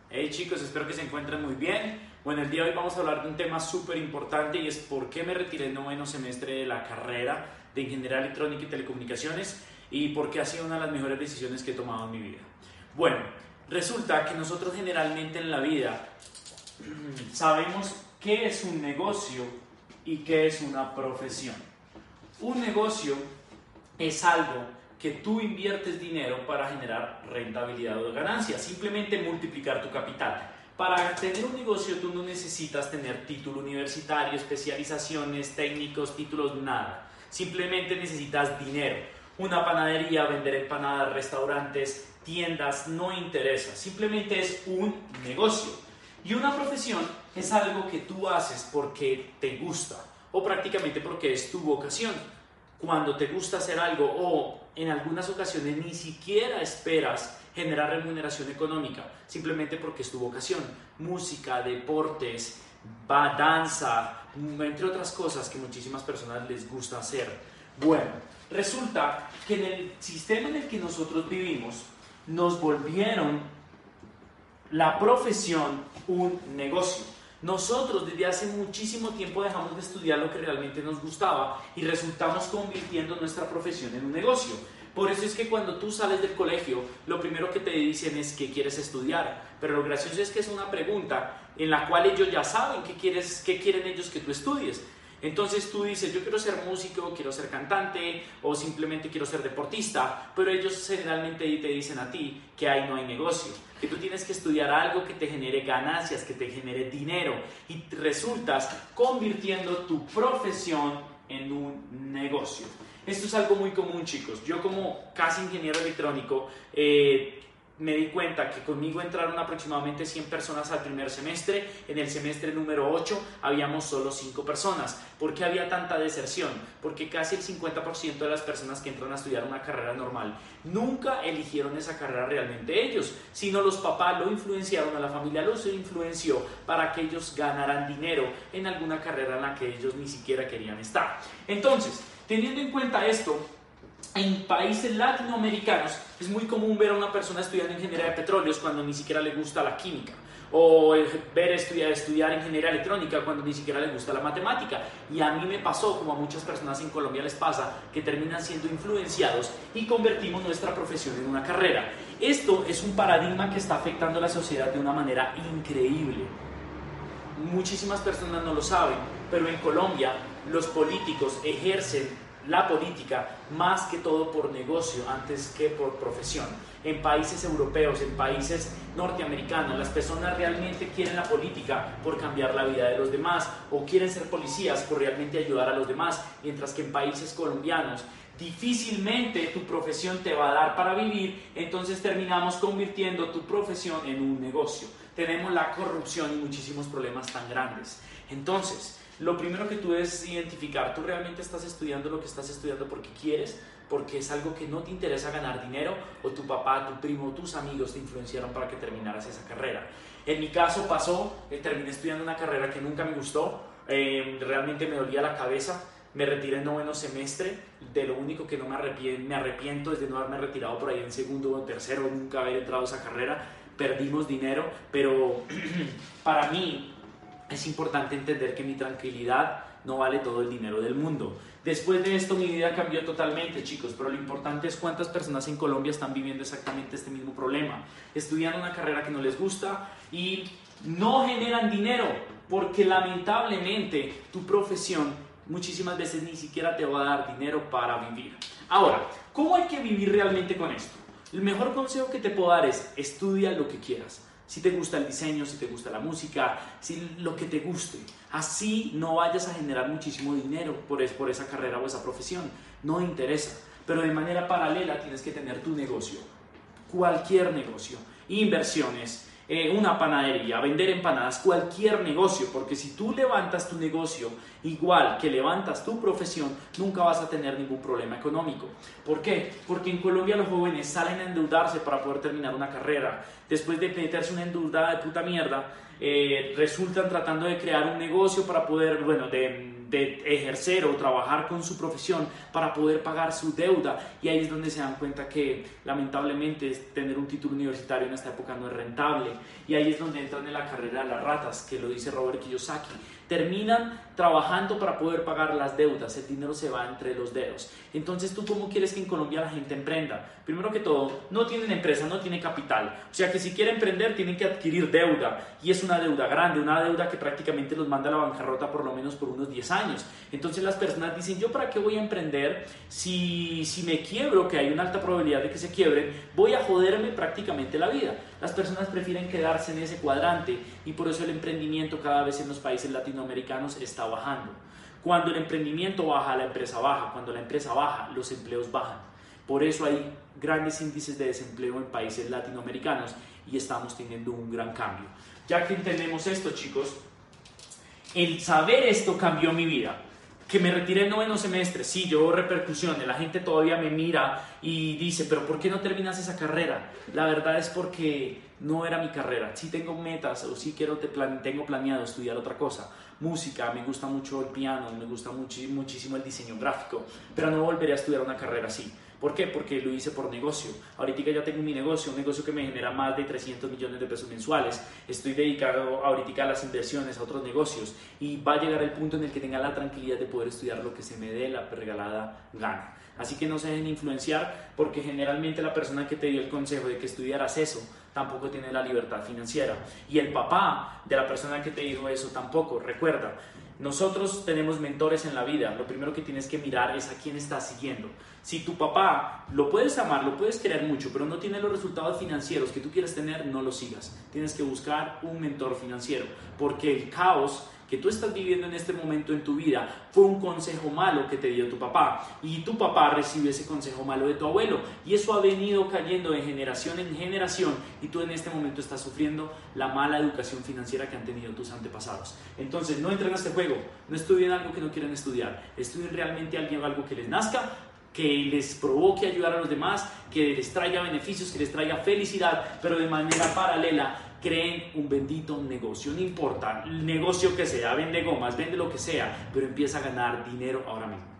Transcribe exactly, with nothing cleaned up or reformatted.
Hey chicos, espero que se encuentren muy bien. Bueno, el día de hoy vamos a hablar de un tema súper importante y es por qué me retiré el noveno semestre de la carrera de Ingeniería Electrónica y Telecomunicaciones y por qué ha sido una de las mejores decisiones que he tomado en mi vida. Bueno, resulta que nosotros generalmente en la vida sabemos qué es un negocio y qué es una profesión. Un negocio es algo que tú inviertes dinero para generar rentabilidad o ganancia, simplemente multiplicar tu capital. Para tener un negocio tú no necesitas tener título universitario, especializaciones, técnicos, títulos, nada. Simplemente necesitas dinero. Una panadería, vender empanadas, restaurantes, tiendas, no interesa. Simplemente es un negocio. Y una profesión es algo que tú haces porque te gusta o prácticamente porque es tu vocación. Cuando te gusta hacer algo o en algunas ocasiones ni siquiera esperas generar remuneración económica, simplemente porque es tu vocación. Música, deportes, va, danza, entre otras cosas que muchísimas personas les gusta hacer. Bueno, resulta que en el sistema en el que nosotros vivimos nos volvieron la profesión un negocio. Nosotros desde hace muchísimo tiempo dejamos de estudiar lo que realmente nos gustaba y resultamos convirtiendo nuestra profesión en un negocio. Por eso es que cuando tú sales del colegio, lo primero que te dicen es qué quieres estudiar. Pero lo gracioso es que es una pregunta en la cual ellos ya saben qué, quieres, qué quieren ellos que tú estudies. Entonces tú dices, yo quiero ser músico, quiero ser cantante o simplemente quiero ser deportista, pero ellos generalmente te dicen a ti que ahí no hay negocio, que tú tienes que estudiar algo que te genere ganancias, que te genere dinero y resultas convirtiendo tu profesión en un negocio. Esto es algo muy común, chicos. Yo como casi ingeniero electrónico eh, me di cuenta que conmigo entraron aproximadamente cien personas al primer semestre. En el semestre número ocho habíamos solo cinco personas. ¿Por qué había tanta deserción? Porque casi el cincuenta por ciento de las personas que entran a estudiar una carrera normal nunca eligieron esa carrera realmente ellos, sino los papás lo influenciaron, a la familia los influenció para que ellos ganaran dinero en alguna carrera en la que ellos ni siquiera querían estar. Entonces, teniendo en cuenta esto, en países latinoamericanos es muy común ver a una persona estudiando ingeniería de petróleos cuando ni siquiera le gusta la química, o ver estudiar, estudiar ingeniería electrónica cuando ni siquiera le gusta la matemática. Y a mí me pasó, como a muchas personas en Colombia les pasa, que terminan siendo influenciados y convertimos nuestra profesión en una carrera. Esto es un paradigma que está afectando a la sociedad de una manera increíble. Muchísimas personas no lo saben, pero en Colombia los políticos ejercen la política más que todo por negocio antes que por profesión. En países europeos, en países norteamericanos, las personas realmente quieren la política por cambiar la vida de los demás o quieren ser policías por realmente ayudar a los demás, mientras que en países colombianos difícilmente tu profesión te va a dar para vivir, entonces terminamos convirtiendo tu profesión en un negocio. Tenemos la corrupción y muchísimos problemas tan grandes. Entonces, lo primero que tú debes identificar, ¿tú realmente estás estudiando lo que estás estudiando porque quieres? Porque es algo que no te interesa ganar dinero, o tu papá, tu primo, tus amigos te influenciaron para que terminaras esa carrera. En mi caso pasó, eh, terminé estudiando una carrera que nunca me gustó, eh, realmente me dolía la cabeza, me retiré en noveno semestre, de lo único que no me arrepiento, me arrepiento es de no haberme retirado por ahí en segundo o tercero, nunca haber entrado a esa carrera. Perdimos dinero, pero para mí es importante entender que mi tranquilidad no vale todo el dinero del mundo. Después de esto mi vida cambió totalmente, chicos, pero lo importante es cuántas personas en Colombia están viviendo exactamente este mismo problema, estudiando una carrera que no les gusta y no generan dinero, porque lamentablemente tu profesión muchísimas veces ni siquiera te va a dar dinero para vivir. Ahora, ¿cómo hay que vivir realmente con esto? El mejor consejo que te puedo dar es estudia lo que quieras. Si te gusta el diseño, si te gusta la música, si lo que te guste. Así no vayas a generar muchísimo dinero por, es, por esa carrera o esa profesión. No interesa. Pero de manera paralela tienes que tener tu negocio. Cualquier negocio. Inversiones, eh, una panadería, vender empanadas, cualquier negocio. Porque si tú levantas tu negocio igual que levantas tu profesión, nunca vas a tener ningún problema económico. ¿Por qué? Porque en Colombia los jóvenes salen a endeudarse para poder terminar una carrera. Después de meterse una endeudada de puta mierda, eh, resultan tratando de crear un negocio para poder, bueno, de de ejercer o trabajar con su profesión para poder pagar su deuda, y ahí es donde se dan cuenta que lamentablemente tener un título universitario en esta época no es rentable, y ahí es donde entran en la carrera de las ratas, que lo dice Robert Kiyosaki. Terminan trabajando para poder pagar las deudas, el dinero se va entre los dedos. Entonces, ¿tú cómo quieres que en Colombia la gente emprenda? Primero que todo, no tienen empresa, no tienen capital, o sea que si quieren emprender tienen que adquirir deuda, y es una deuda grande, una deuda que prácticamente los manda a la bancarrota por lo menos por unos diez años. Entonces las personas dicen, ¿yo para qué voy a emprender si, si me quiebro, que hay una alta probabilidad de que se quiebren, voy a joderme prácticamente la vida? Las personas prefieren quedarse en ese cuadrante, y por eso el emprendimiento cada vez en los países latinoamericanos está bajando. Cuando el emprendimiento baja, la empresa baja. Cuando la empresa baja, los empleos bajan. Por eso hay grandes índices de desempleo en países latinoamericanos y estamos teniendo un gran cambio. Ya que entendemos esto, chicos, el saber esto cambió mi vida. Que me retiré el noveno semestre, sí, llevó repercusiones, la gente todavía me mira y dice, pero ¿por qué no terminas esa carrera? La verdad es porque no era mi carrera. Sí tengo metas, o sí quiero, te plan, tengo planeado estudiar otra cosa, música, me gusta mucho el piano, me gusta mucho, muchísimo el diseño gráfico, pero no volveré a estudiar una carrera así. ¿Por qué? Porque lo hice por negocio. Ahorita ya tengo mi negocio, un negocio que me genera más de trescientos millones de pesos mensuales. Estoy dedicado ahorita a las inversiones, a otros negocios, y va a llegar el punto en el que tenga la tranquilidad de poder estudiar lo que se me dé la regalada gana. Así que no se dejen influenciar, porque generalmente la persona que te dio el consejo de que estudiaras eso tampoco tiene la libertad financiera, y el papá de la persona que te dijo eso tampoco. Recuerda, nosotros tenemos mentores en la vida. Lo primero que tienes que mirar es a quién estás siguiendo. Si tu papá lo puedes amar, lo puedes querer mucho, pero no tiene los resultados financieros que tú quieres tener, no lo sigas. Tienes que buscar un mentor financiero, porque el caos que tú estás viviendo en este momento en tu vida fue un consejo malo que te dio tu papá, y tu papá recibió ese consejo malo de tu abuelo, y eso ha venido cayendo de generación en generación, y tú en este momento estás sufriendo la mala educación financiera que han tenido tus antepasados. Entonces no entren a este juego, no estudien algo que no quieran estudiar, estudien realmente algo que les nazca, que les provoque ayudar a los demás, que les traiga beneficios, que les traiga felicidad, pero de manera paralela creen un bendito negocio. No importa el negocio que sea, vende gomas, vende lo que sea, pero empieza a ganar dinero ahora mismo.